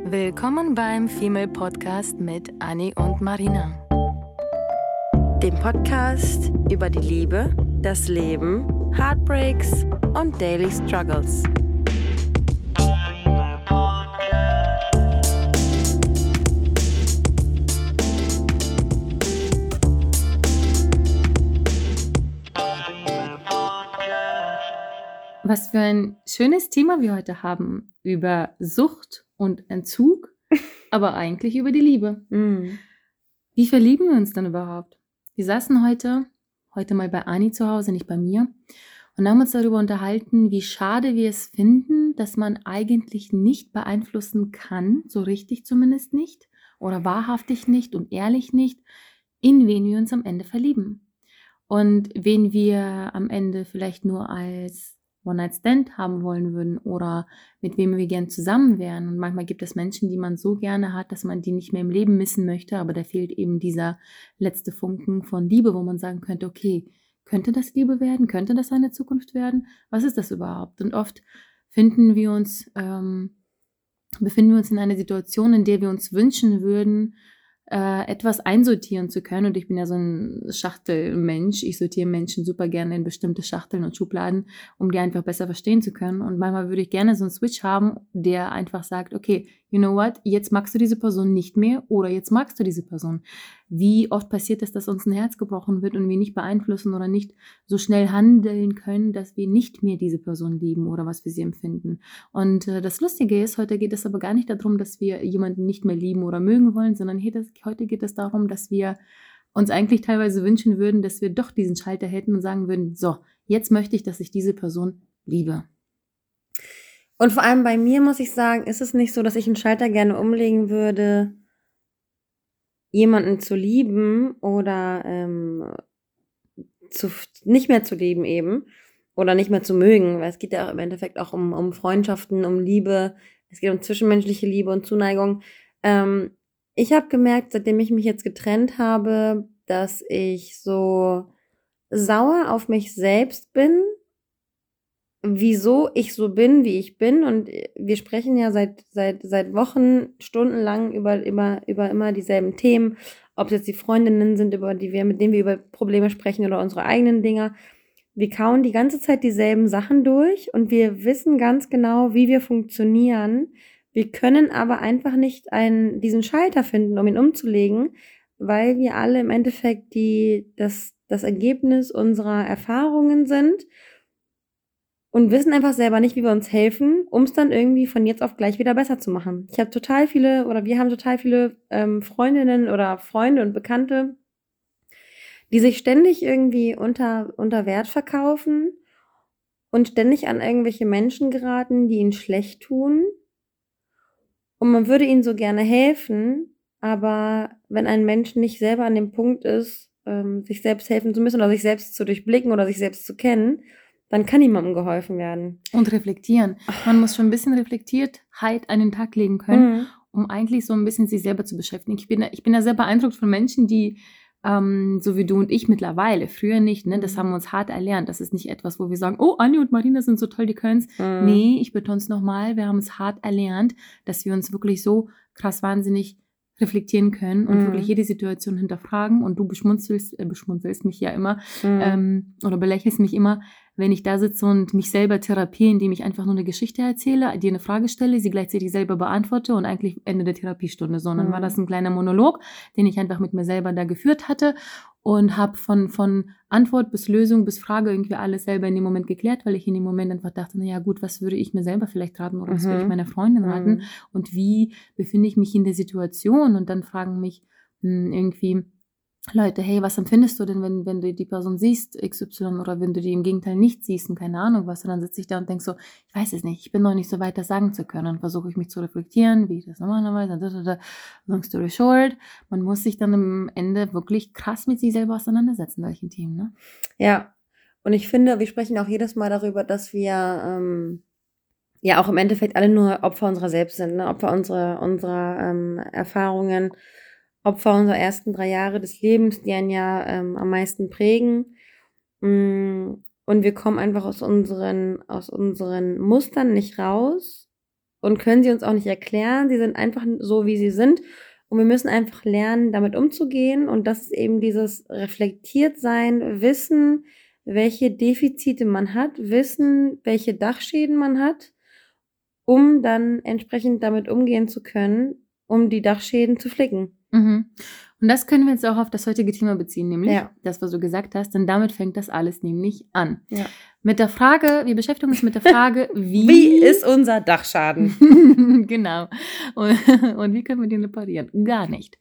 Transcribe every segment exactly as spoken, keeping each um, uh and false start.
Willkommen beim Female Podcast mit Anni und Marina. Dem Podcast über die Liebe, das Leben, Heartbreaks und Daily Struggles. Was für ein schönes Thema wir heute haben über Sucht und Entzug, aber eigentlich über die Liebe. Mm. Wie verlieben wir uns denn überhaupt? Wir saßen heute, heute mal bei Anni zu Hause, nicht bei mir, und haben uns darüber unterhalten, wie schade wir es finden, dass man eigentlich nicht beeinflussen kann, so richtig zumindest nicht, oder wahrhaftig nicht und ehrlich nicht, in wen wir uns am Ende verlieben. Und wen wir am Ende vielleicht nur als One-Night-Stand haben wollen würden oder mit wem wir gern zusammen wären. Und manchmal gibt es Menschen, die man so gerne hat, dass man die nicht mehr im Leben missen möchte, aber da fehlt eben dieser letzte Funken von Liebe, wo man sagen könnte, okay, könnte das Liebe werden? Könnte das eine Zukunft werden? Was ist das überhaupt? Und oft finden wir uns, ähm, befinden wir uns in einer Situation, in der wir uns wünschen würden, äh, etwas einsortieren zu können. Und ich bin ja so ein Schachtelmensch. Ich sortiere Menschen super gerne in bestimmte Schachteln und Schubladen, um die einfach besser verstehen zu können. Und manchmal würde ich gerne so einen Switch haben, der einfach sagt, okay, you know what, jetzt magst du diese Person nicht mehr oder jetzt magst du diese Person. Wie oft passiert es, dass uns ein Herz gebrochen wird und wir nicht beeinflussen oder nicht so schnell handeln können, dass wir nicht mehr diese Person lieben oder was wir sie empfinden. Und äh, das Lustige ist, heute geht es aber gar nicht darum, dass wir jemanden nicht mehr lieben oder mögen wollen, sondern hier das, heute geht es darum, dass wir uns eigentlich teilweise wünschen würden, dass wir doch diesen Schalter hätten und sagen würden, so, jetzt möchte ich, dass ich diese Person liebe. Und vor allem bei mir muss ich sagen, ist es nicht so, dass ich einen Schalter gerne umlegen würde, jemanden zu lieben oder ähm, zu, nicht mehr zu lieben eben oder nicht mehr zu mögen, weil es geht ja im Endeffekt auch um, um Freundschaften, um Liebe, es geht um zwischenmenschliche Liebe und Zuneigung. Ähm, ich habe gemerkt, seitdem ich mich jetzt getrennt habe, dass ich so sauer auf mich selbst bin, wieso ich so bin, wie ich bin. Und wir sprechen ja seit seit seit Wochen stundenlang über über über immer dieselben Themen, ob es jetzt die Freundinnen sind, über die wir mit denen wir über Probleme sprechen oder unsere eigenen Dinger. Wir kauen die ganze Zeit dieselben Sachen durch und wir wissen ganz genau, wie wir funktionieren. Wir können aber einfach nicht einen diesen Schalter finden, um ihn umzulegen, weil wir alle im Endeffekt die das das Ergebnis unserer Erfahrungen sind. Und wissen einfach selber nicht, wie wir uns helfen, um es dann irgendwie von jetzt auf gleich wieder besser zu machen. Ich habe total viele, oder wir haben total viele ähm, Freundinnen oder Freunde und Bekannte, die sich ständig irgendwie unter, unter Wert verkaufen und ständig an irgendwelche Menschen geraten, die ihnen schlecht tun. Und man würde ihnen so gerne helfen, aber wenn ein Mensch nicht selber an dem Punkt ist, ähm, sich selbst helfen zu müssen oder sich selbst zu durchblicken oder sich selbst zu kennen, dann kann niemandem geholfen werden. Und reflektieren. Man muss schon ein bisschen Reflektiertheit an den Tag legen können, Mhm. um eigentlich so ein bisschen sich selber zu beschäftigen. Ich bin, da- ich bin da sehr beeindruckt von Menschen, die, ähm, so wie du und ich mittlerweile, früher nicht, ne, das Mhm. haben wir uns hart erlernt. Das ist nicht etwas, wo wir sagen, oh, Anni und Marina sind so toll, die können's. Mhm. Nee, ich betone es nochmal, wir haben es hart erlernt, dass wir uns wirklich so krass wahnsinnig reflektieren können und Mhm. wirklich jede Situation hinterfragen. Und du beschmunzelst, äh, beschmunzelst mich ja immer Mhm. ähm, oder belächelst mich immer, wenn ich da sitze und mich selber therapiere, indem ich einfach nur eine Geschichte erzähle, dir eine Frage stelle, sie gleichzeitig selber beantworte und eigentlich Ende der Therapiestunde. So, und dann Mhm. war das ein kleiner Monolog, den ich einfach mit mir selber da geführt hatte und habe von, von Antwort bis Lösung bis Frage irgendwie alles selber in dem Moment geklärt, weil ich in dem Moment einfach dachte, naja gut, was würde ich mir selber vielleicht raten oder was würde ich Mhm. meiner Freundin raten Mhm. und wie befinde ich mich in der Situation und dann fragen mich mh, irgendwie Leute, hey, was empfindest du denn, wenn, wenn du die Person siehst, X Y, oder wenn du die im Gegenteil nicht siehst und keine Ahnung was, und dann sitze ich da und denke so, ich weiß es nicht, ich bin noch nicht so weit, das sagen zu können. Und versuche ich mich zu reflektieren, wie ich das normalerweise, da, da, da. Long story short, man muss sich dann am Ende wirklich krass mit sich selber auseinandersetzen, solchen Themen, ne? Ja, und ich finde, wir sprechen auch jedes Mal darüber, dass wir ähm, ja auch im Endeffekt alle nur Opfer unserer selbst sind, ne? Opfer unserer, unserer ähm, Erfahrungen, Opfer unserer ersten drei Jahre des Lebens, die einen ja ähm, am meisten prägen. Mm, Und wir kommen einfach aus unseren, aus unseren Mustern nicht raus und können sie uns auch nicht erklären. Sie sind einfach so, wie sie sind. Und wir müssen einfach lernen, damit umzugehen. Und das ist eben dieses reflektiert sein, wissen, welche Defizite man hat, wissen, welche Dachschäden man hat, um dann entsprechend damit umgehen zu können, um die Dachschäden zu flicken. Mhm. Und das können wir jetzt auch auf das heutige Thema beziehen, nämlich Ja. das, was du gesagt hast, denn damit fängt das alles nämlich an. Ja. Mit der Frage, wir beschäftigen uns mit der Frage, wie... Wie ist unser Dachschaden? Genau. Und, und wie können wir den reparieren? Gar nicht.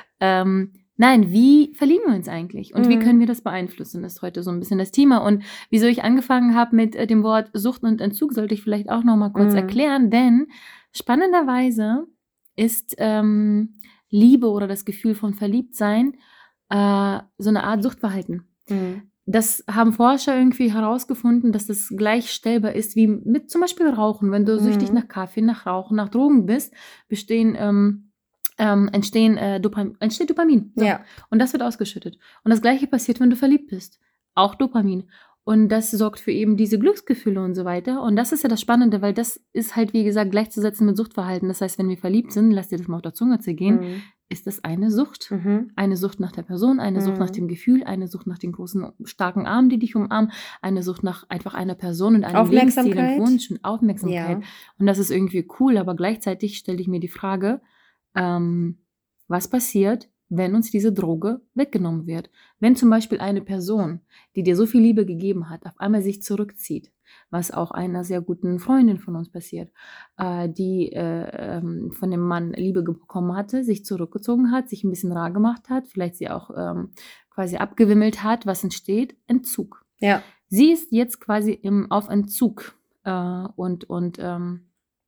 Ähm, nein, wie verlieben wir uns eigentlich? Und Mhm. wie können wir das beeinflussen? Das ist heute so ein bisschen das Thema. Und wieso ich angefangen habe mit äh, dem Wort Sucht und Entzug, sollte ich vielleicht auch noch mal kurz Mhm. erklären, denn spannenderweise ist ähm, Liebe oder das Gefühl von Verliebtsein äh, so eine Art Suchtverhalten. Mhm. Das haben Forscher irgendwie herausgefunden, dass das gleichstellbar ist wie mit zum Beispiel Rauchen. Wenn du süchtig Mhm. nach Kaffee, nach Rauchen, nach Drogen bist, bestehen, ähm, ähm, entstehen, äh, Dopam entsteht Dopamin. So. Ja. Und das wird ausgeschüttet. Und das Gleiche passiert, wenn du verliebt bist. Auch Dopamin. Und das sorgt für eben diese Glücksgefühle und so weiter. Und das ist ja das Spannende, weil das ist halt, wie gesagt, gleichzusetzen mit Suchtverhalten. Das heißt, wenn wir verliebt sind, lass dir das mal auf der Zunge zergehen, Mhm. ist das eine Sucht. Mhm. Eine Sucht nach der Person, eine Sucht Mhm. nach dem Gefühl, eine Sucht nach den großen, starken Armen, die dich umarmen, eine Sucht nach einfach einer Person und einem Lebensstil und Aufmerksamkeit. Wunsch und Aufmerksamkeit. Ja. Und das ist irgendwie cool, aber gleichzeitig stelle ich mir die Frage, ähm, was passiert, wenn uns diese Droge weggenommen wird? Wenn zum Beispiel eine Person, die dir so viel Liebe gegeben hat, auf einmal sich zurückzieht, was auch einer sehr guten Freundin von uns passiert, äh, die äh, ähm, von dem Mann Liebe bekommen hatte, sich zurückgezogen hat, sich ein bisschen rar gemacht hat, vielleicht sie auch ähm, quasi abgewimmelt hat, was entsteht? Entzug. Ja. Sie ist jetzt quasi im, auf Entzug äh, und, und ähm,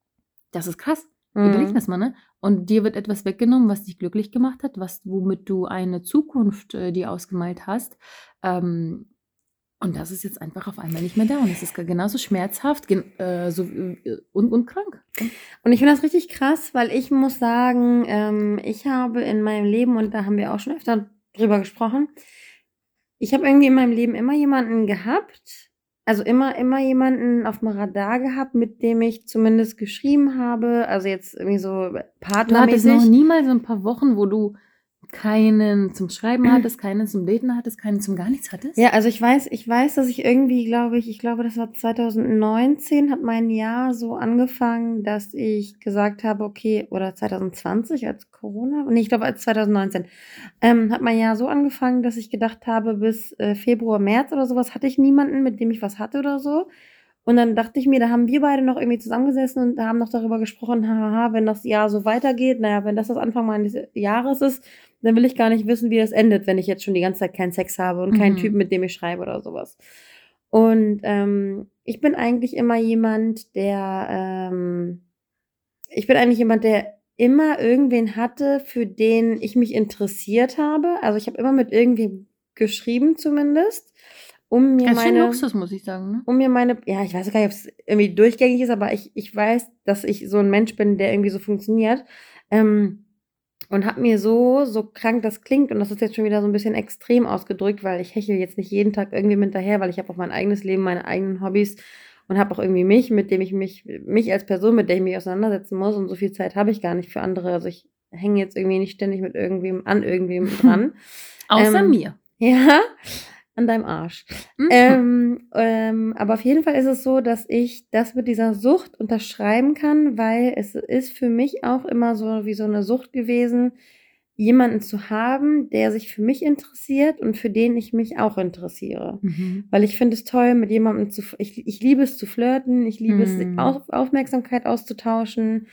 das ist krass. Überleg Mhm. das mal, ne? Und dir wird etwas weggenommen, was dich glücklich gemacht hat, was, womit du eine Zukunft äh, dir ausgemalt hast. Ähm, und das ist jetzt einfach auf einmal nicht mehr da. Und es ist genauso schmerzhaft gen äh, so, äh, und, und krank. Und ich finde das richtig krass, weil ich muss sagen, ähm, ich habe in meinem Leben, und da haben wir auch schon öfter drüber gesprochen, ich habe irgendwie in meinem Leben immer jemanden gehabt, also immer, immer jemanden auf dem Radar gehabt, mit dem ich zumindest geschrieben habe, also jetzt irgendwie so Du hattest partnermäßig. noch nie mal so ein paar Wochen, wo du keinen zum Schreiben hattest, keinen zum Daten hattest, keinen zum gar nichts hattest? Ja, also ich weiß, ich weiß, dass ich irgendwie, glaube ich, ich glaube, das war zwanzig neunzehn, hat mein Jahr so angefangen, dass ich gesagt habe, okay, oder zwanzig zwanzig als Corona, nee, ich glaube als zwanzig neunzehn, ähm, hat mein Jahr so angefangen, dass ich gedacht habe, bis äh, Februar, März oder sowas hatte ich niemanden, mit dem ich was hatte oder so. Und dann dachte ich mir, da haben wir beide noch irgendwie zusammengesessen und haben noch darüber gesprochen, haha, wenn das Jahr so weitergeht, naja, wenn das das Anfang meines Jahres ist, dann will ich gar nicht wissen, wie das endet, wenn ich jetzt schon die ganze Zeit keinen Sex habe und keinen Mhm. Typen, mit dem ich schreibe oder sowas. Und ähm, ich bin eigentlich immer jemand, der, ähm, ich bin eigentlich jemand, der immer irgendwen hatte, für den ich mich interessiert habe. Also ich habe immer mit irgendwem geschrieben zumindest, um mir Ganz schön meine, Luxus, muss ich sagen, ne? um mir meine, ja, ich weiß gar nicht, ob es irgendwie durchgängig ist, aber ich, ich weiß, dass ich so ein Mensch bin, der irgendwie so funktioniert. Ähm, und habe mir so, so krank das klingt, und das ist jetzt schon wieder so ein bisschen extrem ausgedrückt, weil ich hechel jetzt nicht jeden Tag irgendwie hinterher, weil ich habe auch mein eigenes Leben, meine eigenen Hobbys und habe auch irgendwie mich, mit dem ich mich, mich als Person, mit der ich mich auseinandersetzen muss, und so viel Zeit habe ich gar nicht für andere. Also ich hänge jetzt irgendwie nicht ständig mit irgendwem, an irgendwem dran. Außer Ähm, mir. Ja, an deinem Arsch. Mhm. Ähm, ähm, aber auf jeden Fall ist es so, dass ich das mit dieser Sucht unterschreiben kann, weil es ist für mich auch immer so wie so eine Sucht gewesen, jemanden zu haben, der sich für mich interessiert und für den ich mich auch interessiere. Mhm. Weil ich finde es toll, mit jemandem zu, ich, ich liebe es zu flirten, ich liebe es, Mhm. Auf, Aufmerksamkeit auszutauschen.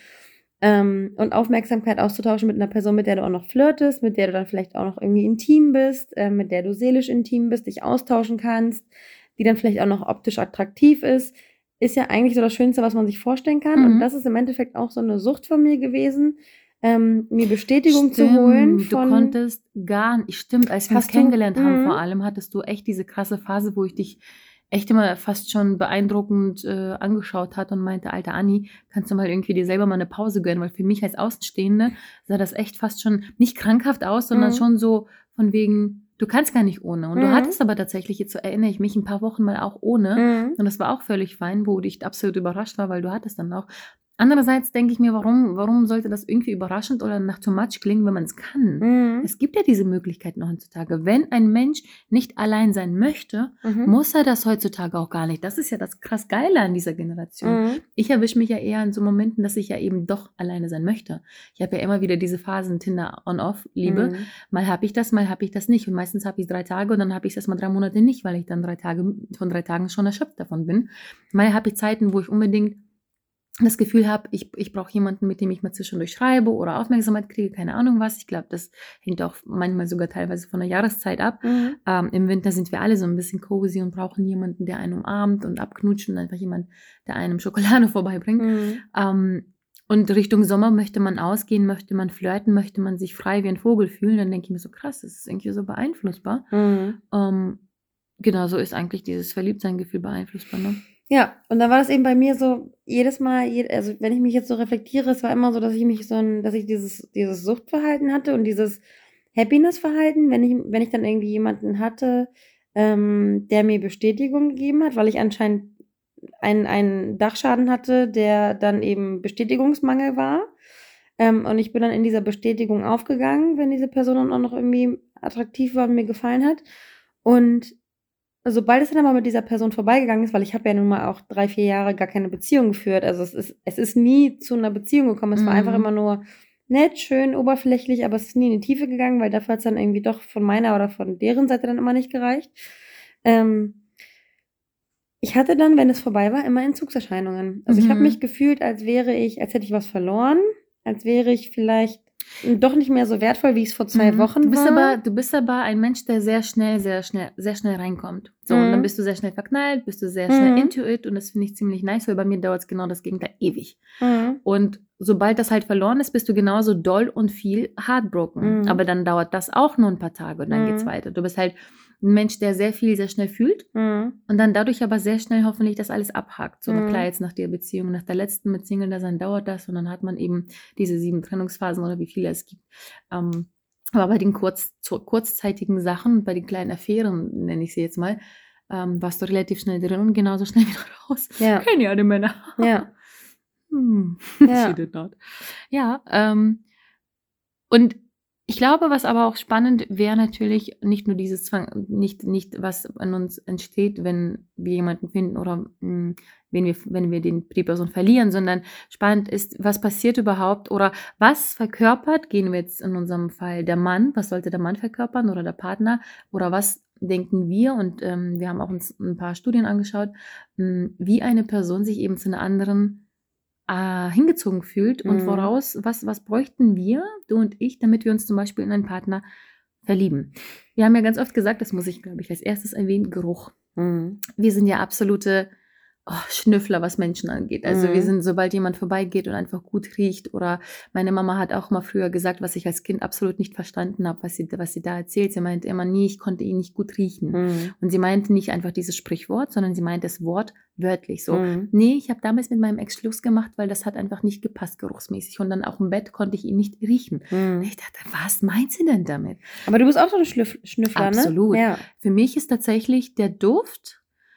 Ähm, und Aufmerksamkeit auszutauschen mit einer Person, mit der du auch noch flirtest, mit der du dann vielleicht auch noch irgendwie intim bist, äh, mit der du seelisch intim bist, dich austauschen kannst, die dann vielleicht auch noch optisch attraktiv ist, ist ja eigentlich so das Schönste, was man sich vorstellen kann. Mhm. Und das ist im Endeffekt auch so eine Sucht von mir gewesen, ähm, mir Bestätigung zu holen Stimmt, du von... konntest gar nicht, stimmt, als wir uns Hast du- kennengelernt haben Mhm. vor allem, hattest du echt diese krasse Phase, wo ich dich echt immer fast schon beeindruckend äh, angeschaut hat und meinte, alter Anni, kannst du mal irgendwie dir selber mal eine Pause gönnen, weil für mich als Außenstehende sah das echt fast schon nicht krankhaft aus, sondern Mhm. schon so von wegen, du kannst gar nicht ohne. Und du Mhm. hattest aber tatsächlich, jetzt so erinnere ich mich, ein paar Wochen mal auch ohne. Mhm. Und das war auch völlig fein, wo ich absolut überrascht war, weil du hattest dann auch. Andererseits denke ich mir, warum, warum sollte das irgendwie überraschend oder nach too much klingen, wenn man es kann? Mhm. Es gibt ja diese Möglichkeit noch heutzutage. Wenn ein Mensch nicht allein sein möchte, Mhm. muss er das heutzutage auch gar nicht. Das ist ja das krass Geile an dieser Generation. Mhm. Ich erwische mich ja eher in so Momenten, dass ich ja eben doch alleine sein möchte. Ich habe ja immer wieder diese Phasen Tinder on-off liebe. Mhm. Mal habe ich das, mal habe ich das nicht. Und meistens habe ich drei Tage und dann habe ich es erstmal drei Monate nicht, weil ich dann drei Tage von drei Tagen schon erschöpft davon bin. Mal habe ich Zeiten, wo ich unbedingt das Gefühl habe, ich, ich brauche jemanden, mit dem ich mal zwischendurch schreibe oder Aufmerksamkeit kriege, keine Ahnung was. Ich glaube, das hängt auch manchmal sogar teilweise von der Jahreszeit ab. Mhm. Ähm, Im Winter sind wir alle so ein bisschen cozy und brauchen jemanden, der einen umarmt und abknutscht und einfach jemand, der einem Schokolade vorbeibringt. Mhm. Ähm, und Richtung Sommer möchte man ausgehen, möchte man flirten, möchte man sich frei wie ein Vogel fühlen. Dann denke ich mir so, krass, das ist irgendwie so beeinflussbar. Mhm. Ähm, genau, so ist eigentlich dieses Verliebtsein-Gefühl beeinflussbar, ne? Ja, und dann war das eben bei mir so, jedes Mal, je- also wenn ich mich jetzt so reflektiere, es war immer so, dass ich mich so ein, dass ich dieses, dieses Suchtverhalten hatte und dieses Happiness-Verhalten, wenn ich, wenn ich dann irgendwie jemanden hatte, ähm, der mir Bestätigung gegeben hat, weil ich anscheinend einen, einen Dachschaden hatte, der dann eben Bestätigungsmangel war. Ähm, und ich bin dann in dieser Bestätigung aufgegangen, wenn diese Person dann auch noch irgendwie attraktiv war und mir gefallen hat. Und sobald es dann aber mit dieser Person vorbeigegangen ist, weil ich habe ja nun mal auch drei, vier Jahre gar keine Beziehung geführt. Also es ist, es ist nie zu einer Beziehung gekommen. Es war einfach Mhm. immer nur nett, schön, oberflächlich, aber es ist nie in die Tiefe gegangen, weil dafür hat es dann irgendwie doch von meiner oder von deren Seite dann immer nicht gereicht. Ähm, ich hatte dann, wenn es vorbei war, immer Entzugserscheinungen. Also ich habe Mhm. mich gefühlt, als wäre ich, als hätte ich was verloren, als wäre ich vielleicht doch nicht mehr so wertvoll, wie ich es vor zwei Mhm. Wochen Du bist war. aber, du bist aber ein Mensch, der sehr schnell, sehr schnell, sehr schnell reinkommt. So, und dann Mhm. bist du sehr schnell verknallt, bist du sehr schnell Mhm. into it und das finde ich ziemlich nice, weil bei mir dauert es genau das Gegenteil ewig. Mhm. Und sobald das halt verloren ist, bist du genauso doll und viel heartbroken. Mhm. Aber dann dauert das auch nur ein paar Tage und dann geht's Mhm. weiter. Du bist halt ein Mensch, der sehr viel, sehr schnell fühlt Mhm. und dann dadurch aber sehr schnell hoffentlich das alles abhakt. So, na klar, Mhm. jetzt nach der Beziehung, nach der letzten mit Single-Dasein dauert das und dann hat man eben diese sieben Trennungsphasen oder wie viele es gibt. Ähm, aber bei den kurz, zu- kurzzeitigen Sachen, bei den kleinen Affären, nenne ich sie jetzt mal, ähm, warst du relativ schnell drin und genauso schnell wieder raus. Ja. Kennen ja die Männer. Ja. Hm. Ja. She did not. Ja, ähm, und ich glaube, was aber auch spannend wäre natürlich nicht nur dieses Zwang, nicht, nicht was an uns entsteht, wenn wir jemanden finden oder mh, wenn wir, wenn wir den, die Person verlieren, sondern spannend ist, was passiert überhaupt oder was verkörpert, gehen wir jetzt in unserem Fall der Mann, was sollte der Mann verkörpern oder der Partner oder was denken wir und ähm, wir haben auch uns ein paar Studien angeschaut, mh, wie eine Person sich eben zu einer anderen äh, hingezogen fühlt und Mhm. woraus, was, was bräuchten wir, du und ich, damit wir uns zum Beispiel in einen Partner verlieben. Wir haben ja ganz oft gesagt, das muss ich, glaube ich, als erstes erwähnen, Geruch. Mhm. Wir sind ja absolute oh, Schnüffler, was Menschen angeht. Also wir Mhm. sind, sobald jemand vorbeigeht und einfach gut riecht oder meine Mama hat auch mal früher gesagt, was ich als Kind absolut nicht verstanden habe, was sie, was sie da erzählt. Sie meinte immer nie, ich konnte ihn nicht gut riechen. Mhm. Und sie meinte nicht einfach dieses Sprichwort, sondern sie meinte das Wort wörtlich so. Mhm. Nee, ich habe damals mit meinem Ex Schluss gemacht, weil das hat einfach nicht gepasst geruchsmäßig. Und dann auch im Bett konnte ich ihn nicht riechen. Mhm. Ich dachte, was meint sie denn damit? Aber du bist auch so ein Schlüff Schnüffler, Absolut. ne? Ja. Für mich ist tatsächlich der Duft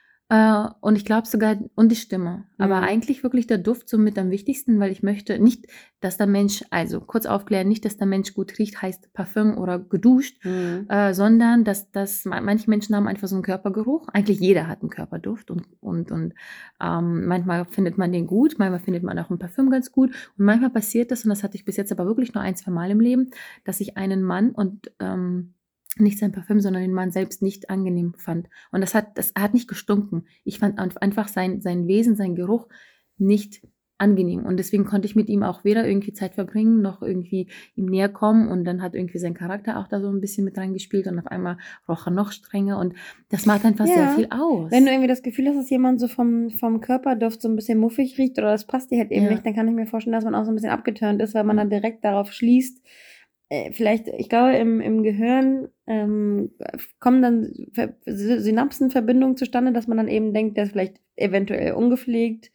äh, und ich glaube sogar, und die Stimme. Aber Mhm. eigentlich wirklich der Duft somit am wichtigsten, weil ich möchte nicht, dass der Mensch, also kurz aufklären, nicht, dass der Mensch gut riecht, heißt Parfüm oder geduscht, Mhm. äh, sondern dass, dass ma- manche Menschen haben einfach so einen Körpergeruch. Eigentlich jeder hat einen Körperduft und, und, und ähm, manchmal findet man den gut, manchmal findet man auch ein Parfüm ganz gut und manchmal passiert das, und das hatte ich bis jetzt aber wirklich nur ein, zwei Mal im Leben, dass ich einen Mann und ähm, nicht sein Parfüm, sondern den Mann selbst nicht angenehm fand. Und das hat, das hat nicht gestunken. Ich fand einf- einfach sein, sein Wesen, sein Geruch nicht angenehm. Und deswegen konnte ich mit ihm auch weder irgendwie Zeit verbringen, noch irgendwie ihm näher kommen. Und dann hat irgendwie sein Charakter auch da so ein bisschen mit reingespielt. Und auf einmal roch er noch strenger. Und das macht einfach sehr Ja. viel aus. Wenn du irgendwie das Gefühl hast, dass jemand so vom, vom Körperduft so ein bisschen muffig riecht oder das passt dir halt eben Ja. nicht, dann kann ich mir vorstellen, dass man auch so ein bisschen abgeturnt ist, weil man Ja. dann direkt darauf schließt. Äh, vielleicht, ich glaube, im, im Gehirn ähm, kommen dann Ver- Sy- Synapsenverbindungen zustande, dass man dann eben denkt, der ist vielleicht eventuell ungepflegt,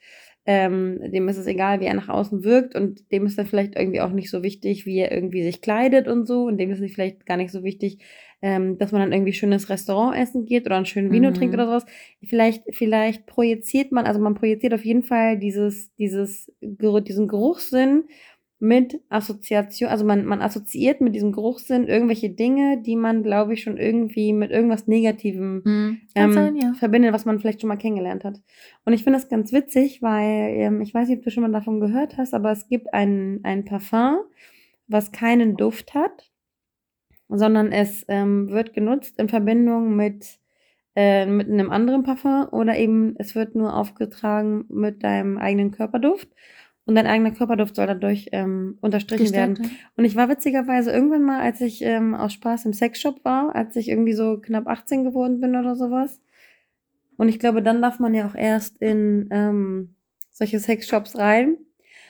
ähm, dem ist es egal, wie er nach außen wirkt und dem ist dann vielleicht irgendwie auch nicht so wichtig, wie er irgendwie sich kleidet und so und dem ist nicht vielleicht gar nicht so wichtig, ähm, dass man dann irgendwie schönes Restaurant essen geht oder einen schönen Vino Mhm. trinkt oder sowas. Vielleicht, vielleicht projiziert man, also man projiziert auf jeden Fall dieses, dieses, Geruch- diesen Geruchssinn mit Assoziation, also man, man assoziiert mit diesem Geruchssinn irgendwelche Dinge, die man, glaube ich, schon irgendwie mit irgendwas Negativem Mhm. Kann ähm, sein, ja. verbindet, was man vielleicht schon mal kennengelernt hat. Und ich finde das ganz witzig, weil ähm, ich weiß nicht, ob du schon mal davon gehört hast, aber es gibt ein, ein Parfum, was keinen Duft hat, sondern es ähm, wird genutzt in Verbindung mit, äh, mit einem anderen Parfum oder eben es wird nur aufgetragen mit deinem eigenen Körperduft. Und dein eigener Körperduft soll dadurch ähm, unterstrichen werden. Gestört, ja. Und ich war witzigerweise irgendwann mal, als ich ähm, aus Spaß im Sexshop war, als ich irgendwie so knapp achtzehn geworden bin oder sowas. Und ich glaube, dann darf man ja auch erst in ähm, solche Sexshops rein.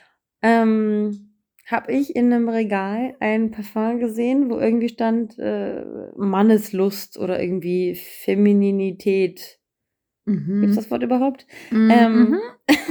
Ähm, habe ich in einem Regal ein Parfum gesehen, wo irgendwie stand äh, Manneslust oder irgendwie Femininität. Mhm. Gibt's das Wort überhaupt? Mhm. Ähm,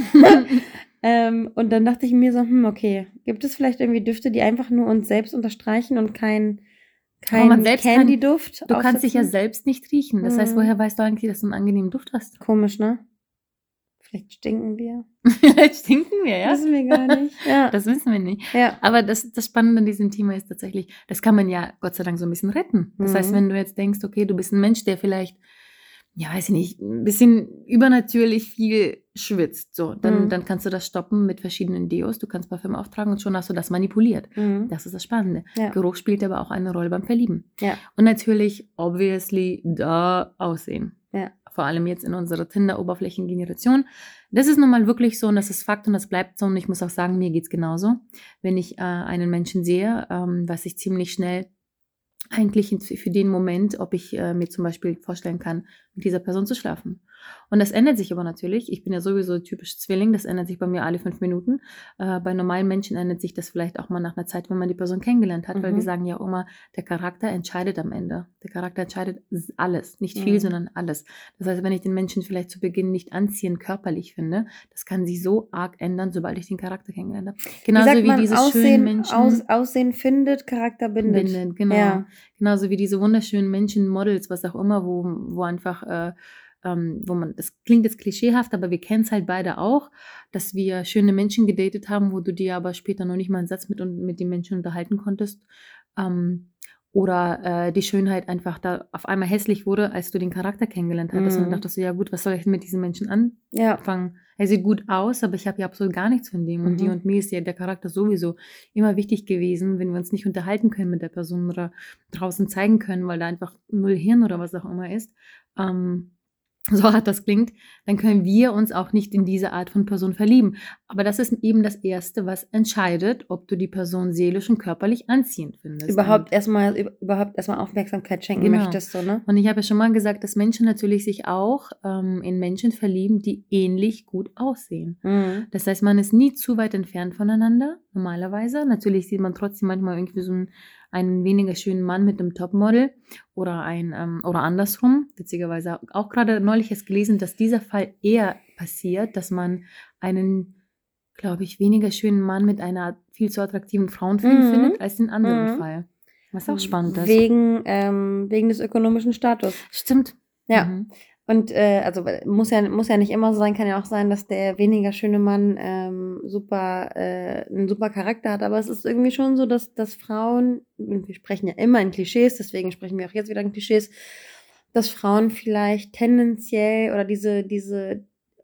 ähm, und dann dachte ich mir so, hm, okay, gibt es vielleicht irgendwie Düfte, die einfach nur uns selbst unterstreichen und kein, Aber man kein selbst kann, Candy-Duft du kannst dich ja aufsetzen? selbst nicht riechen. Das heißt, Mhm. woher weißt du eigentlich, dass du einen angenehmen Duft hast? Komisch, ne? Vielleicht stinken wir. Vielleicht stinken wir, ja? Wissen wir gar nicht. Ja. Das wissen wir nicht. Ja. Aber das, das Spannende an diesem Thema ist tatsächlich, das kann man ja Gott sei Dank so ein bisschen retten. Das heißt, Mhm. wenn du jetzt denkst, okay, du bist ein Mensch, der vielleicht, ja, weiß ich nicht, ein bisschen übernatürlich viel schwitzt, so, dann, Mhm. dann kannst du das stoppen mit verschiedenen Deos. Du kannst Parfüm auftragen und schon hast du das manipuliert. Mhm. Das ist das Spannende. Ja. Geruch spielt aber auch eine Rolle beim Verlieben. Ja. Und natürlich, obviously, da Aussehen. Ja. Vor allem jetzt in unserer Tinder-Oberflächengeneration. Das ist nun mal wirklich so und das ist Fakt und das bleibt so. Und ich muss auch sagen, mir geht's genauso. Wenn ich äh, einen Menschen sehe, ähm, weiß ich ziemlich schnell eigentlich in- für den Moment, ob ich äh, mir zum Beispiel vorstellen kann, mit dieser Person zu schlafen. Und das ändert sich aber natürlich. Ich bin ja sowieso typisch Zwilling, das ändert sich bei mir alle fünf Minuten. Äh, bei normalen Menschen ändert sich das vielleicht auch mal nach einer Zeit, wenn man die Person kennengelernt hat, weil Mhm. wir sagen ja auch immer, der Charakter entscheidet am Ende. Der Charakter entscheidet s- alles, nicht viel, Mhm. sondern alles. Das heißt, wenn ich den Menschen vielleicht zu Beginn nicht anziehend körperlich finde, das kann sich so arg ändern, sobald ich den Charakter kennengelernt habe. Wie Genauso sagt wie man, diese schönen Aussehen, Menschen. aus, Aussehen findet, Charakter bindet. Bindet, genau. Ja. Genauso wie diese wunderschönen Menschen, Models, was auch immer, wo, wo einfach, äh, ähm, wo man, das klingt jetzt klischeehaft, aber wir kennen es halt beide auch, dass wir schöne Menschen gedatet haben, wo du dir aber später noch nicht mal einen Satz mit, und- mit den Menschen unterhalten konntest. Ähm, oder äh, die Schönheit einfach da auf einmal hässlich wurde, als du den Charakter kennengelernt hattest. Und dann Mhm. dachtest du, ja gut, was soll ich denn mit diesem Menschen Ja. anfangen? Er sieht gut aus, aber ich habe ja absolut gar nichts von dem. Und dir Mhm. und mir ist ja der Charakter sowieso immer wichtig gewesen, wenn wir uns nicht unterhalten können mit der Person oder draußen zeigen können, weil da einfach null Hirn oder was auch immer ist. Ähm, so hart das klingt, dann können wir uns auch nicht in diese Art von Person verlieben. Aber das ist eben das Erste, was entscheidet, ob du die Person seelisch und körperlich anziehend findest. Überhaupt Und erstmal, üb- überhaupt erstmal Aufmerksamkeit schenken Genau. möchtest, so, ne? Und ich habe ja schon mal gesagt, dass Menschen natürlich sich auch ähm, in Menschen verlieben, die ähnlich gut aussehen. Mhm. Das heißt, man ist nie zu weit entfernt voneinander, normalerweise. Natürlich sieht man trotzdem manchmal irgendwie so einen, einen weniger schönen Mann mit einem Topmodel oder ein ähm, oder andersrum. Witzigerweise auch gerade neulich erst gelesen, dass dieser Fall eher passiert, dass man einen, glaube ich, weniger schönen Mann mit einer viel zu attraktiven Frauenfilm Mhm. findet, als den anderen Mhm. Fall. Was auch spannend ist. Wegen, ähm, wegen des ökonomischen Status. Stimmt. Ja. Mhm. Und äh, also weil- muss ja, muss ja nicht immer so sein, kann ja auch sein, dass der weniger schöne Mann ähm, super, äh, einen super Charakter hat. Aber es ist irgendwie schon so, dass, dass Frauen, und wir sprechen ja immer in Klischees, deswegen sprechen wir auch jetzt wieder in Klischees, dass Frauen vielleicht tendenziell oder diese, diese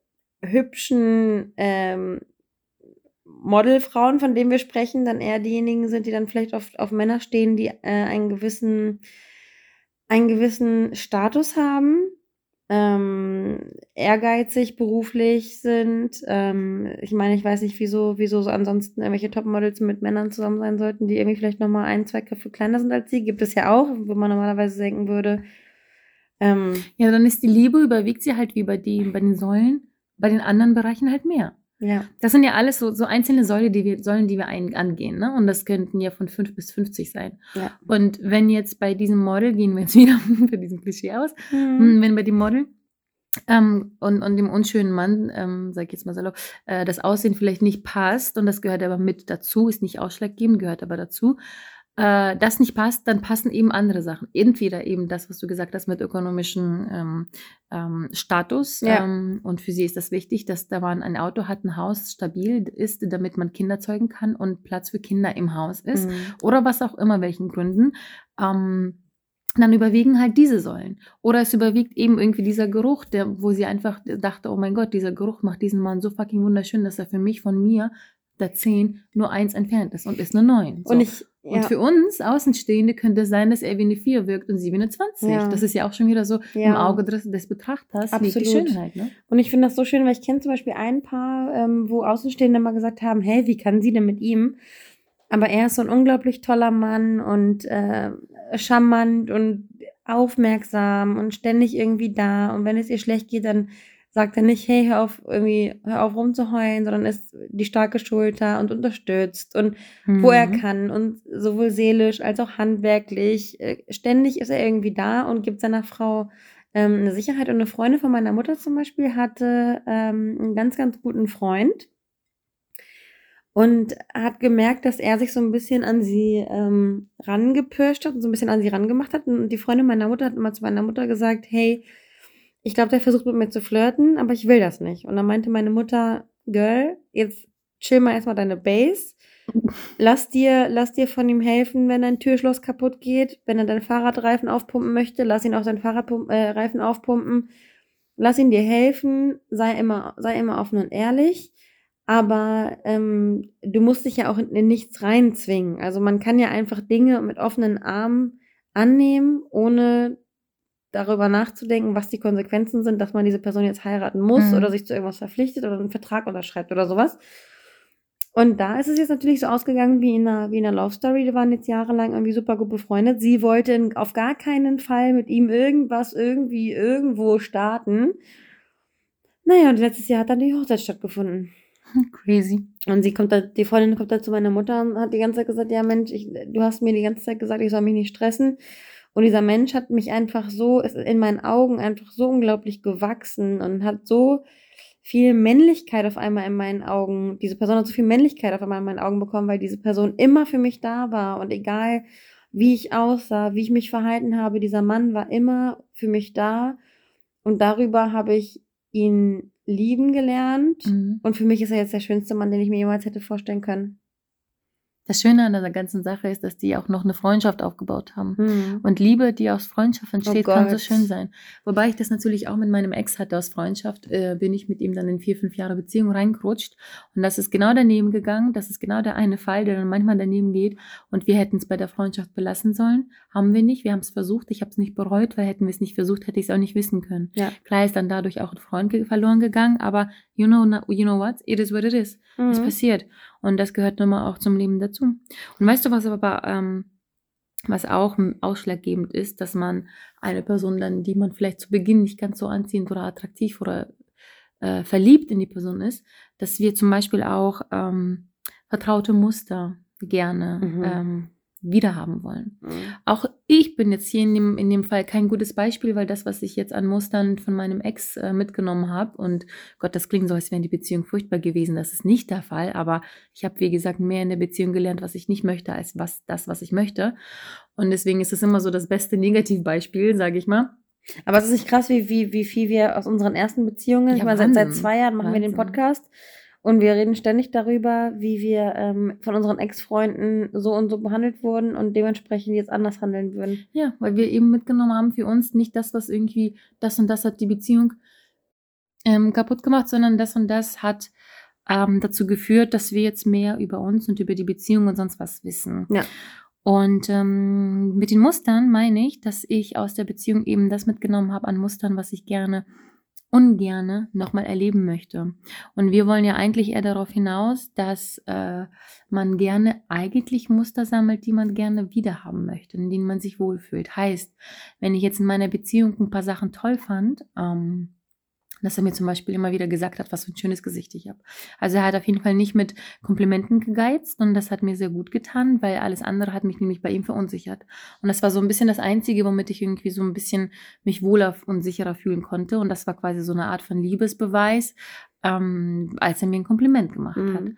hübschen ähm, Modelfrauen, von denen wir sprechen, dann eher diejenigen sind, die dann vielleicht auf, auf Männer stehen, die äh, einen gewissen, einen gewissen Status haben, ähm, ehrgeizig beruflich sind. Ähm, ich meine, ich weiß nicht, wieso, wieso so ansonsten irgendwelche Topmodels mit Männern zusammen sein sollten, die irgendwie vielleicht nochmal ein, zwei Köpfe kleiner sind als sie. Gibt es ja auch, wo man normalerweise denken würde. Ähm, Ja, dann ist die Liebe, überwiegt sie halt wie bei, die, bei den Säulen, bei den anderen Bereichen halt mehr. ja. Das sind ja alles so, so einzelne Säule, die wir, Säulen, die wir ein, angehen. Ne? Und das könnten ja von fünf bis fünfzig sein. Ja. Und wenn jetzt bei diesem Model, gehen wir jetzt wieder für diesen Klischee aus, Mhm. wenn bei dem Model ähm, und, und dem unschönen Mann, ähm, sag ich jetzt mal salopp, äh, das Aussehen vielleicht nicht passt und das gehört aber mit dazu, ist nicht ausschlaggebend, gehört aber dazu, äh, das nicht passt, dann passen eben andere Sachen. Entweder eben das, was du gesagt hast mit ökonomischem ähm, ähm, Status, Ja. ähm, und für sie ist das wichtig, dass da man ein Auto hat, ein Haus stabil ist, damit man Kinder zeugen kann und Platz für Kinder im Haus ist Mhm. oder was auch immer, welchen Gründen. Ähm, dann überwiegen halt diese Säulen. Oder es überwiegt eben irgendwie dieser Geruch, der, wo sie einfach dachte, oh mein Gott, dieser Geruch macht diesen Mann so fucking wunderschön, dass er für mich von mir, der zehn, nur eins entfernt ist und ist eine neun. Und So. ich, Und ja, für uns Außenstehende könnte es sein, dass er wie eine vier wirkt und sie wie eine zwanzig. Ja. Das ist ja auch schon wieder so im ja, Auge des, des Betrachters liegt die Absolut. Schönheit. Ne? Und ich finde das so schön, weil ich kenne zum Beispiel ein Paar, ähm, wo Außenstehende mal gesagt haben, hey, wie kann sie denn mit ihm? Aber er ist so ein unglaublich toller Mann und äh, charmant und aufmerksam und ständig irgendwie da. Und wenn es ihr schlecht geht, dann sagt er nicht, hey, hör auf, irgendwie, hör auf rumzuheulen, sondern ist die starke Schulter und unterstützt und wo er Mhm. kann und sowohl seelisch als auch handwerklich. Äh, ständig ist er irgendwie da und gibt seiner Frau ähm, eine Sicherheit. Und eine Freundin von meiner Mutter zum Beispiel hatte ähm, einen ganz, ganz guten Freund und hat gemerkt, dass er sich so ein bisschen an sie ähm, rangepirscht hat und so ein bisschen an sie rangemacht hat. Und die Freundin meiner Mutter hat immer zu meiner Mutter gesagt, hey, ich glaube, der versucht mit mir zu flirten, aber ich will das nicht. Und dann meinte meine Mutter, Girl, jetzt chill mal erstmal deine Base. Lass dir, lass dir von ihm helfen, wenn dein Türschloss kaputt geht. Wenn er deinen Fahrradreifen aufpumpen möchte, lass ihn auch seinen Fahrradreifen äh, aufpumpen. Lass ihn dir helfen. Sei immer, sei immer offen und ehrlich. Aber ähm, du musst dich ja auch in, in nichts reinzwingen. Also man kann ja einfach Dinge mit offenen Armen annehmen, ohne darüber nachzudenken, was die Konsequenzen sind, dass man diese Person jetzt heiraten muss Mhm. oder sich zu irgendwas verpflichtet oder einen Vertrag unterschreibt oder sowas. Und da ist es jetzt natürlich so ausgegangen wie in einer, wie in einer Love Story. Die waren jetzt jahrelang irgendwie super gut befreundet. Sie wollte in- auf gar keinen Fall mit ihm irgendwas irgendwie irgendwo starten. Naja, und letztes Jahr hat dann die Hochzeit stattgefunden. Crazy. Und sie kommt da, die Freundin kommt da zu meiner Mutter und hat die ganze Zeit gesagt, ja Mensch, ich, du hast mir die ganze Zeit gesagt, ich soll mich nicht stressen. Und dieser Mensch hat mich einfach so, ist in meinen Augen einfach so unglaublich gewachsen und hat so viel Männlichkeit auf einmal in meinen Augen, diese Person hat so viel Männlichkeit auf einmal in meinen Augen bekommen, weil diese Person immer für mich da war und egal wie ich aussah, wie ich mich verhalten habe, dieser Mann war immer für mich da und darüber habe ich ihn lieben gelernt Mhm. und für mich ist er jetzt der schönste Mann, den ich mir jemals hätte vorstellen können. Das Schöne an der ganzen Sache ist, dass die auch noch eine Freundschaft aufgebaut haben. Hm. Und Liebe, die aus Freundschaft entsteht, kann so Gott. schön sein. Wobei ich das natürlich auch mit meinem Ex hatte aus Freundschaft, äh, bin ich mit ihm dann in vier, fünf Jahre Beziehung reingerutscht. Und das ist genau daneben gegangen. Das ist genau der eine Fall, der dann manchmal daneben geht. Und wir hätten es bei der Freundschaft belassen sollen. Haben wir nicht. Wir haben es versucht. Ich habe es nicht bereut, weil hätten wir es nicht versucht, hätte ich es auch nicht wissen können. Ja. Klar ist dann dadurch auch ein Freund ge- verloren gegangen. Aber you know, you know what? It is what it is. Es Mhm. passiert. Und das gehört nun mal auch zum Leben dazu. Und weißt du, was aber, ähm, was auch m- ausschlaggebend ist, dass man eine Person dann, die man vielleicht zu Beginn nicht ganz so anziehend oder attraktiv oder äh, verliebt in die Person ist, dass wir zum Beispiel auch ähm, vertraute Muster gerne Mhm. ähm, wiederhaben wollen. Mhm. Auch ich bin jetzt hier in dem, in dem Fall kein gutes Beispiel, weil das, was ich jetzt an Mustern von meinem Ex äh, mitgenommen habe, und Gott, das klingt so, als wäre die Beziehung furchtbar gewesen, das ist nicht der Fall, aber ich habe, wie gesagt, mehr in der Beziehung gelernt, was ich nicht möchte, als was das, was ich möchte. Und deswegen ist es immer so das beste Negativbeispiel, sage ich mal. Aber es ist nicht krass, wie, wie, wie viel wir aus unseren ersten Beziehungen, Ja, ich meine, seit, seit Wahnsinn. zwei Jahren machen wir den Wahnsinn. Podcast und wir reden ständig darüber, wie wir ähm, von unseren Ex-Freunden so und so behandelt wurden und dementsprechend jetzt anders handeln würden. Ja, weil wir eben mitgenommen haben für uns nicht das, was irgendwie, das und das hat die Beziehung ähm, kaputt gemacht, sondern das und das hat ähm, dazu geführt, dass wir jetzt mehr über uns und über die Beziehung und sonst was wissen. Ja. Und ähm, mit den Mustern meine ich, dass ich aus der Beziehung eben das mitgenommen habe an Mustern, was ich gerne, ungerne nochmal erleben möchte. Und wir wollen ja eigentlich eher darauf hinaus, dass äh, man gerne eigentlich Muster sammelt, die man gerne wiederhaben möchte, in denen man sich wohlfühlt. Heißt, wenn ich jetzt in meiner Beziehung ein paar Sachen toll fand, ähm, dass er mir zum Beispiel immer wieder gesagt hat, was für ein schönes Gesicht ich habe. Also er hat auf jeden Fall nicht mit Komplimenten gegeizt und das hat mir sehr gut getan, weil alles andere hat mich nämlich bei ihm verunsichert. Und das war so ein bisschen das Einzige, womit ich irgendwie so ein bisschen mich wohler und sicherer fühlen konnte. Und das war quasi so eine Art von Liebesbeweis, ähm, als er mir ein Kompliment gemacht Mhm. hat.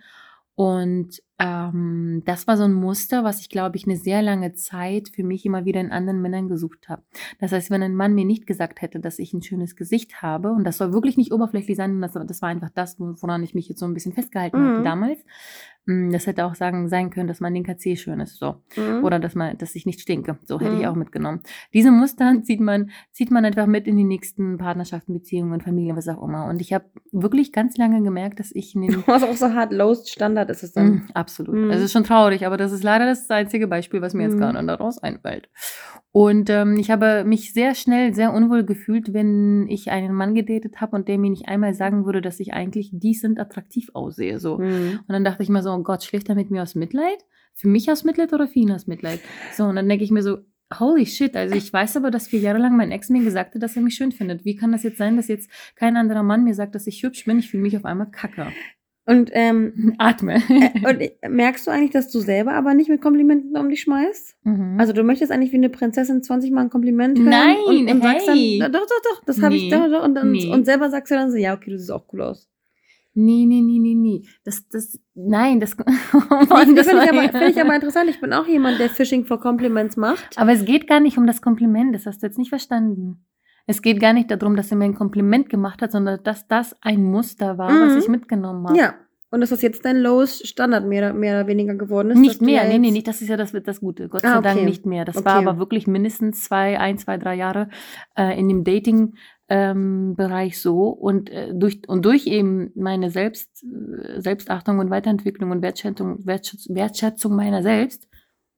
Und ähm, das war so ein Muster, was ich, glaube ich, eine sehr lange Zeit für mich immer wieder in anderen Männern gesucht habe. Das heißt, wenn ein Mann mir nicht gesagt hätte, dass ich ein schönes Gesicht habe, und das soll wirklich nicht oberflächlich sein, das, das war einfach das, woran ich mich jetzt so ein bisschen festgehalten Mhm. hatte damals. Mm, Das hätte auch sagen, sein können, dass mein linker Zeh schön ist, so. Mhm. Oder dass, man, dass ich nicht stinke. So hätte ich Mhm. auch mitgenommen. Diese Muster zieht man, zieht man einfach mit in die nächsten Partnerschaften, Beziehungen, Familien, was auch immer. Und ich habe wirklich ganz lange gemerkt, dass ich in den Was auch so hart lowest Standard ist es dann. Mm, absolut. Mhm. Es ist schon traurig, aber das ist leider das einzige Beispiel, was mir jetzt Mhm. gerade daraus einfällt. Und ähm, ich habe mich sehr schnell sehr unwohl gefühlt, wenn ich einen Mann gedatet habe und der mir nicht einmal sagen würde, dass ich eigentlich decent attraktiv aussehe. So. Mhm. Und dann dachte ich mir so, oh Gott, schläft er mit mir aus Mitleid? Für mich aus Mitleid oder für ihn aus Mitleid? So, und dann denke ich mir so, holy shit, also ich weiß aber, dass vier Jahre lang mein Ex mir gesagt hat, dass er mich schön findet. Wie kann das jetzt sein, dass jetzt kein anderer Mann mir sagt, dass ich hübsch bin? Ich fühle mich auf einmal kacke. Und, ähm, Atme. äh, und äh, merkst du eigentlich, dass du selber aber nicht mit Komplimenten um dich schmeißt? Mhm. Also du möchtest eigentlich wie eine Prinzessin zwanzig Mal ein Kompliment hören Nein, und, und sagst hey. dann, doch, doch, doch, das habe ich, Nee, doch, doch, und, und, nee. und selber sagst du dann so, ja, okay, du siehst auch cool aus. Nee, nee, nee, nee, nee. Das, das, nein, das, oh Nee, Mann, das finde ich, war- aber- find ich aber interessant. Ich bin auch jemand, der Fishing for Compliments macht. Aber es geht gar nicht um das Kompliment, das hast du jetzt nicht verstanden. Es geht gar nicht darum, dass er mir ein Kompliment gemacht hat, sondern dass das ein Muster war, was Mhm. ich mitgenommen habe. Ja. Und dass das jetzt dein lowest Standard mehr, mehr oder weniger geworden ist. dass Nicht du mehr, ja nee, nee, jetzt- nicht, das ist ja das, das Gute. Gott Ah, sei Dank okay. nicht mehr. Das Okay. war aber wirklich mindestens zwei, ein, zwei, drei Jahre äh, in dem Dating ähm, Bereich so und äh, durch und durch eben meine Selbst, äh, Selbstachtung und Weiterentwicklung und Wertschätzung, Wertschätzung, Wertschätzung meiner selbst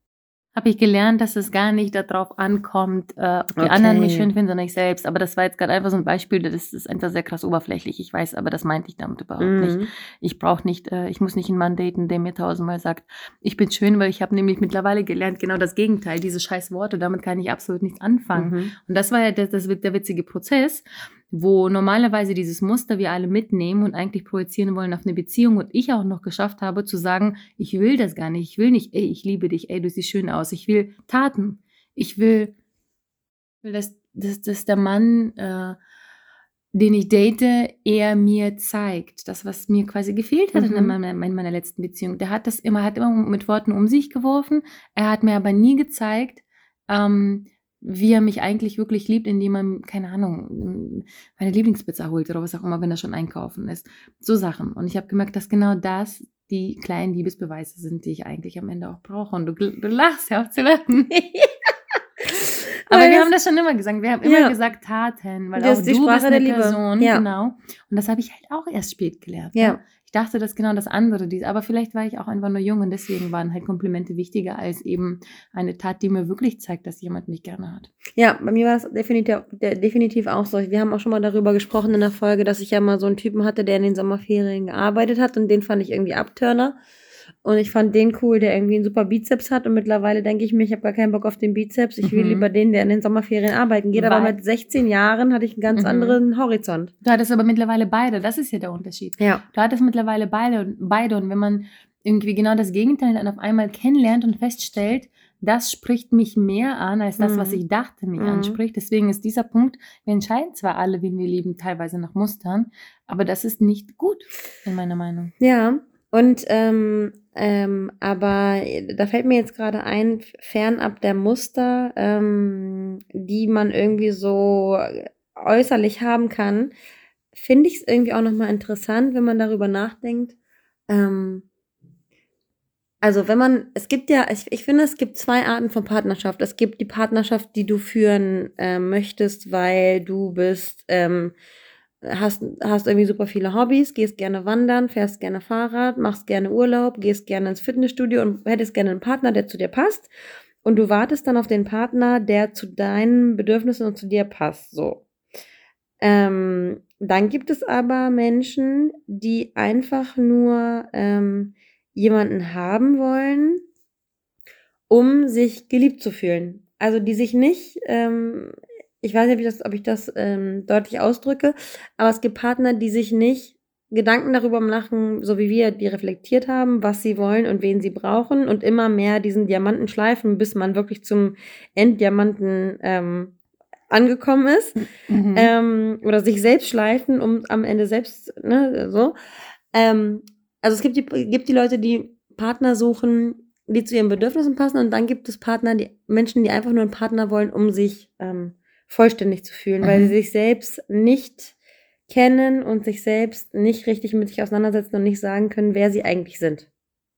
habe ich gelernt, dass es gar nicht darauf ankommt, äh, ob die Okay. anderen mich schön finden, sondern ich selbst. Aber das war jetzt gerade einfach so ein Beispiel, das ist einfach sehr krass oberflächlich. Ich weiß, aber das meinte ich damit überhaupt nicht. Mhm. Ich brauche nicht, äh, ich muss nicht einen Mann daten, der mir tausendmal sagt, ich bin schön, weil ich habe nämlich mittlerweile gelernt, genau das Gegenteil, diese scheiß Worte, damit kann ich absolut nichts anfangen. Mhm. Und das war ja der, das, der witzige Prozess, wo normalerweise dieses Muster wir alle mitnehmen und eigentlich projizieren wollen auf eine Beziehung und ich auch noch geschafft habe zu sagen, ich will das gar nicht, ich will nicht, ey, ich liebe dich, ey, du siehst schön aus, ich will Taten, ich will, will dass, dass, dass der Mann, äh, den ich date, er mir zeigt, das, was mir quasi gefehlt hat Mhm. in, meiner, in meiner letzten Beziehung. Der hat das immer, hat immer mit Worten um sich geworfen, er hat mir aber nie gezeigt, ähm, wie er mich eigentlich wirklich liebt, indem er, keine Ahnung, meine Lieblingspizza holt oder was auch immer, wenn er schon einkaufen ist. So Sachen. Und ich habe gemerkt, dass genau das die kleinen Liebesbeweise sind, die ich eigentlich am Ende auch brauche. Und du, du lachst, hör auf zu lachen. Aber Weil wir das- haben das schon immer gesagt. Wir haben immer Ja. gesagt Taten, weil Das auch ist die du Sprache bist der eine Liebe. Person, Ja. genau. Und das habe ich halt auch erst spät gelernt. Ja. Ne? Ich dachte, das genau das andere. Die, aber vielleicht war ich auch einfach nur jung und deswegen waren halt Komplimente wichtiger als eben eine Tat, die mir wirklich zeigt, dass jemand mich gerne hat. Ja, bei mir war das definitiv, der, definitiv auch so. Wir haben auch schon mal darüber gesprochen in der Folge, dass ich ja mal so einen Typen hatte, der in den Sommerferien gearbeitet hat und den fand ich irgendwie Abturner. Und ich fand den cool, der irgendwie einen super Bizeps hat und mittlerweile denke ich mir, ich habe gar keinen Bock auf den Bizeps. Ich will Mhm. lieber den, der in den Sommerferien arbeiten geht. Aber Weil- mit sechzehn Jahren hatte ich einen ganz Mhm. anderen Horizont. Du hattest aber mittlerweile beide, das ist ja der Unterschied. Ja. Du hattest mittlerweile beide, beide und wenn man irgendwie genau das Gegenteil dann auf einmal kennenlernt und feststellt, das spricht mich mehr an, als das, Mhm. was ich dachte, mich Mhm. anspricht. Deswegen ist dieser Punkt, wir entscheiden zwar alle, wen wir lieben, teilweise nach Mustern, aber das ist nicht gut, in meiner Meinung. Ja, und ähm, ähm, aber da fällt mir jetzt gerade ein, fernab der Muster, ähm, die man irgendwie so äußerlich haben kann, finde ich es irgendwie auch nochmal interessant, wenn man darüber nachdenkt. Ähm, also wenn man, es gibt ja, ich, ich finde, es gibt zwei Arten von Partnerschaft. Es gibt die Partnerschaft, die du führen äh, möchtest, weil du bist, ähm, hast, hast irgendwie super viele Hobbys, gehst gerne wandern, fährst gerne Fahrrad, machst gerne Urlaub, gehst gerne ins Fitnessstudio und hättest gerne einen Partner, der zu dir passt. Und du wartest dann auf den Partner, der zu deinen Bedürfnissen und zu dir passt. So. Ähm, dann gibt es aber Menschen, die einfach nur ähm, jemanden haben wollen, um sich geliebt zu fühlen. Also die sich nicht, ähm, ich weiß nicht, ob ich das, ob ich das ähm, deutlich ausdrücke, aber es gibt Partner, die sich nicht Gedanken darüber machen, so wie wir, die reflektiert haben, was sie wollen und wen sie brauchen und immer mehr diesen Diamanten schleifen, bis man wirklich zum Enddiamanten ähm, angekommen ist. Mhm. Ähm, oder sich selbst schleifen, um am Ende selbst, ne, so. Ähm, also es gibt die, gibt die Leute, die Partner suchen, die zu ihren Bedürfnissen passen, und dann gibt es Partner, die Menschen, die einfach nur einen Partner wollen, um sich ähm, vollständig zu fühlen, weil Mhm. sie sich selbst nicht kennen und sich selbst nicht richtig mit sich auseinandersetzen und nicht sagen können, wer sie eigentlich sind.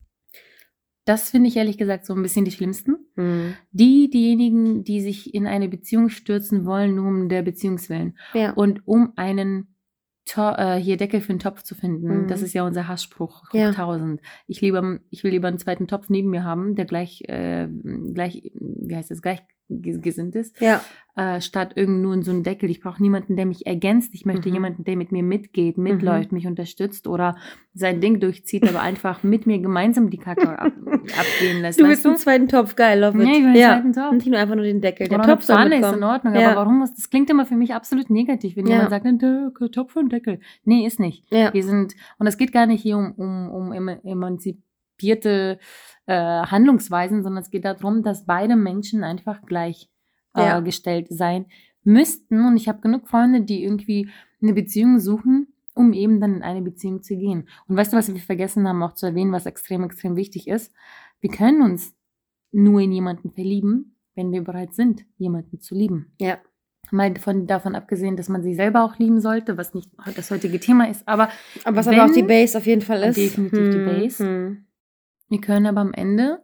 Das finde ich ehrlich gesagt so ein bisschen die Schlimmsten. Hm. Die, diejenigen, die sich in eine Beziehung stürzen wollen, nur um der Beziehung willen. Ja. Und um einen To- äh, hier Deckel für einen Topf zu finden. Mhm. Das ist ja unser Hassspruch, hoch Ja. tausend. Ich, lieber, ich will lieber einen zweiten Topf neben mir haben, der gleich, äh, gleich, wie heißt das, gleich ge- gesinnt ist, Ja. äh, statt irgend nur in so einen Deckel. Ich brauche niemanden, der mich ergänzt. Ich möchte Mhm. jemanden, der mit mir mitgeht, mitläuft, mich unterstützt oder sein Ding durchzieht, aber einfach mit mir gemeinsam die Kacke ab, abgehen lässt. Du weißt willst einen zweiten Topf, geil, love it. Nee, ich will einen ja. zweiten Topf. Nicht nur einfach nur den Deckel. Der Oder Topf eine soll Pfanne ist mitkommen. in Ordnung, Ja. aber warum muss, das klingt immer für mich absolut negativ, wenn Ja. jemand sagt, ein Deckel, Topf und Deckel. Nee, ist nicht. Ja. Wir sind, und es geht gar nicht hier um, um, um eman- emanzipierte äh, Handlungsweisen, sondern es geht darum, dass beide Menschen einfach gleich äh, Ja. gestellt sein müssten. Und ich habe genug Freunde, die irgendwie eine Beziehung suchen, um eben dann in eine Beziehung zu gehen. Und weißt du, was wir vergessen haben, auch zu erwähnen, was extrem, extrem wichtig ist? Wir können uns nur in jemanden verlieben, wenn wir bereit sind, jemanden zu lieben. Ja. Mal von, davon abgesehen, dass man sich selber auch lieben sollte, was nicht das heutige Thema ist, aber Aber was wenn, aber auch die Base auf jeden Fall ist. definitiv hm. die Base. Hm. Wir können aber am Ende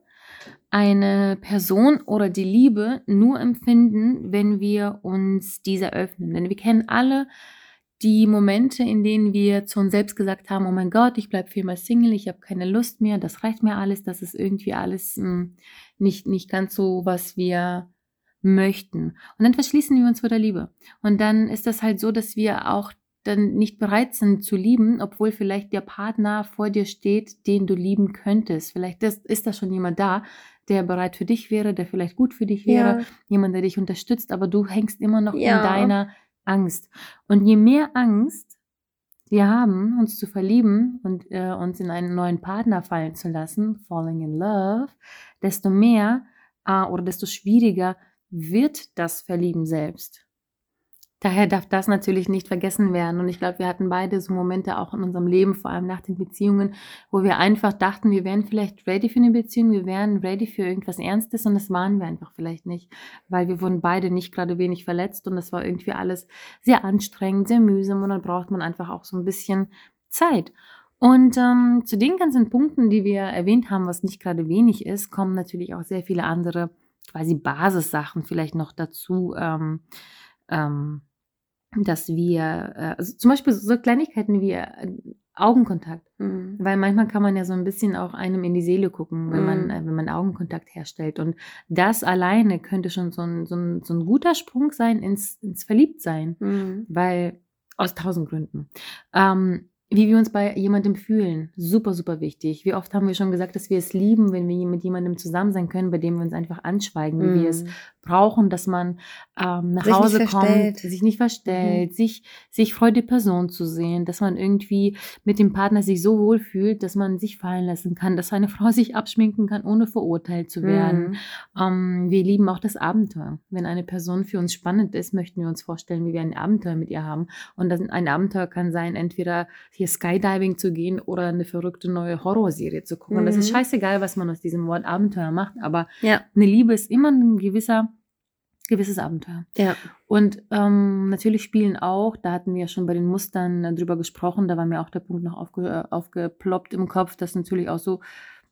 eine Person oder die Liebe nur empfinden, wenn wir uns dieser öffnen. Denn wir kennen alle die Momente, in denen wir zu uns selbst gesagt haben, oh mein Gott, ich bleibe für immer Single, ich habe keine Lust mehr, das reicht mir alles, das ist irgendwie alles mh, nicht, nicht ganz so, was wir möchten. Und dann verschließen wir uns vor der Liebe. Und dann ist das halt so, dass wir auch dann nicht bereit sind zu lieben, obwohl vielleicht der Partner vor dir steht, den du lieben könntest. Vielleicht ist, ist da schon jemand da, der bereit für dich wäre, der vielleicht gut für dich wäre, Ja. jemand, der dich unterstützt, aber du hängst immer noch Ja. in deiner Angst. Und je mehr Angst wir haben, uns zu verlieben und äh, uns in einen neuen Partner fallen zu lassen, falling in love, desto mehr äh, oder desto schwieriger wird das Verlieben selbst. Daher darf das natürlich nicht vergessen werden. Und ich glaube, wir hatten beide so Momente auch in unserem Leben, vor allem nach den Beziehungen, wo wir einfach dachten, wir wären vielleicht ready für eine Beziehung, wir wären ready für irgendwas Ernstes, und das waren wir einfach vielleicht nicht, weil wir wurden beide nicht gerade wenig verletzt und das war irgendwie alles sehr anstrengend, sehr mühsam, und dann braucht man einfach auch so ein bisschen Zeit. Und ähm, zu den ganzen Punkten, die wir erwähnt haben, was nicht gerade wenig ist, kommen natürlich auch sehr viele andere quasi Basissachen vielleicht noch dazu, ähm, ähm, dass wir, äh, also zum Beispiel so Kleinigkeiten wie äh, Augenkontakt, Hm. weil manchmal kann man ja so ein bisschen auch einem in die Seele gucken, wenn man, Mhm. äh, wenn man Augenkontakt herstellt, und das alleine könnte schon so ein, so ein, so ein guter Sprung sein ins, ins Verliebtsein, Hm. weil, aus tausend Gründen. Ähm, wie wir uns bei jemandem fühlen, super, super wichtig. Wie oft haben wir schon gesagt, dass wir es lieben, wenn wir mit jemandem zusammen sein können, bei dem wir uns einfach anschweigen, wie wir es Hm. brauchen, dass man ähm, nach Sich nicht Hause kommt, verstellt. sich nicht verstellt, sich, sich freut, die Person zu sehen, dass man irgendwie mit dem Partner sich so wohl fühlt, dass man sich fallen lassen kann, dass eine Frau sich abschminken kann, ohne verurteilt zu werden. Hm. Ähm, wir lieben auch das Abenteuer. Wenn eine Person für uns spannend ist, möchten wir uns vorstellen, wie wir ein Abenteuer mit ihr haben. Und das, ein Abenteuer kann sein, entweder hier Skydiving zu gehen oder eine verrückte neue Horrorserie zu gucken. Und das ist Mhm. scheißegal, was man aus diesem Wort Abenteuer macht, aber Ja. eine Liebe ist immer ein gewisser, gewisses Abenteuer. Ja. Und ähm, natürlich spielen auch, da hatten wir ja schon bei den Mustern äh, drüber gesprochen, da war mir auch der Punkt noch aufge, äh, aufgeploppt im Kopf, dass natürlich auch so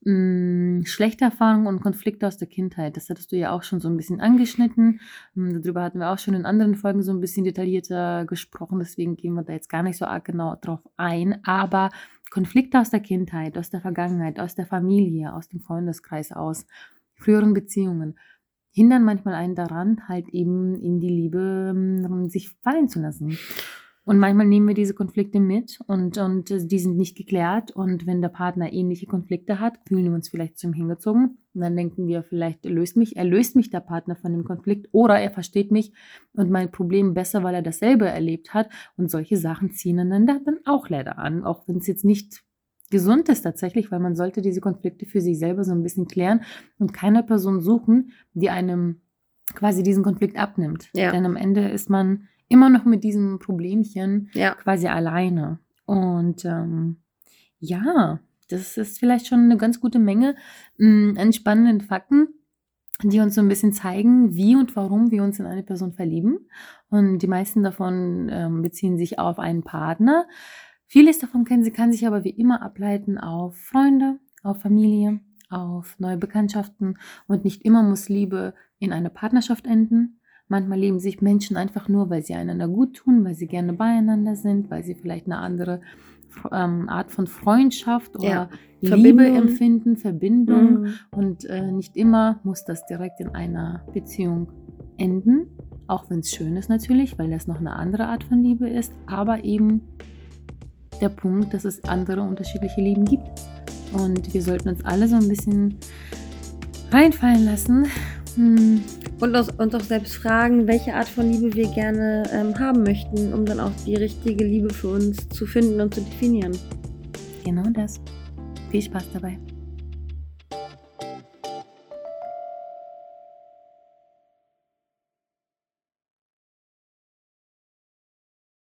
mh, schlechte Erfahrungen und Konflikte aus der Kindheit, das hattest du ja auch schon so ein bisschen angeschnitten. Ähm, darüber hatten wir auch schon in anderen Folgen so ein bisschen detaillierter gesprochen, deswegen gehen wir da jetzt gar nicht so arg genau drauf ein, aber Konflikte aus der Kindheit, aus der Vergangenheit, aus der Familie, aus dem Freundeskreis, aus früheren Beziehungen hindern manchmal einen daran, halt eben in die Liebe ähm, sich fallen zu lassen. Und manchmal nehmen wir diese Konflikte mit und, und äh, die sind nicht geklärt. Und wenn der Partner ähnliche Konflikte hat, fühlen wir uns vielleicht zu ihm hingezogen. Und dann denken wir, vielleicht löst mich, erlöst mich der Partner von dem Konflikt oder er versteht mich und mein Problem besser, weil er dasselbe erlebt hat. Und solche Sachen ziehen einander dann auch leider an, auch wenn es jetzt nicht gesund ist tatsächlich, weil man sollte diese Konflikte für sich selber so ein bisschen klären und keine Person suchen, die einem quasi diesen Konflikt abnimmt. Ja. Denn am Ende ist man immer noch mit diesem Problemchen Ja. quasi alleine. Und ähm, ja, das ist vielleicht schon eine ganz gute Menge mh, an spannenden Fakten, die uns so ein bisschen zeigen, wie und warum wir uns in eine Person verlieben. Und die meisten davon ähm, beziehen sich auf einen Partner. Vieles davon kann, kann sich aber wie immer ableiten auf Freunde, auf Familie, auf neue Bekanntschaften. Und nicht immer muss Liebe in einer Partnerschaft enden. Manchmal lieben sich Menschen einfach nur, weil sie einander gut tun, weil sie gerne beieinander sind, weil sie vielleicht eine andere ähm, Art von Freundschaft oder Ja. Liebe Verbindung. empfinden, Verbindung. Mhm. Und äh, nicht immer muss das direkt in einer Beziehung enden, auch wenn es schön ist natürlich, weil das noch eine andere Art von Liebe ist, aber eben der Punkt, dass es andere unterschiedliche Lieben gibt. Und wir sollten uns alle so ein bisschen reinfallen lassen. Hm. Und uns auch selbst fragen, welche Art von Liebe wir gerne ähm, haben möchten, um dann auch die richtige Liebe für uns zu finden und zu definieren. Genau das. Viel Spaß dabei.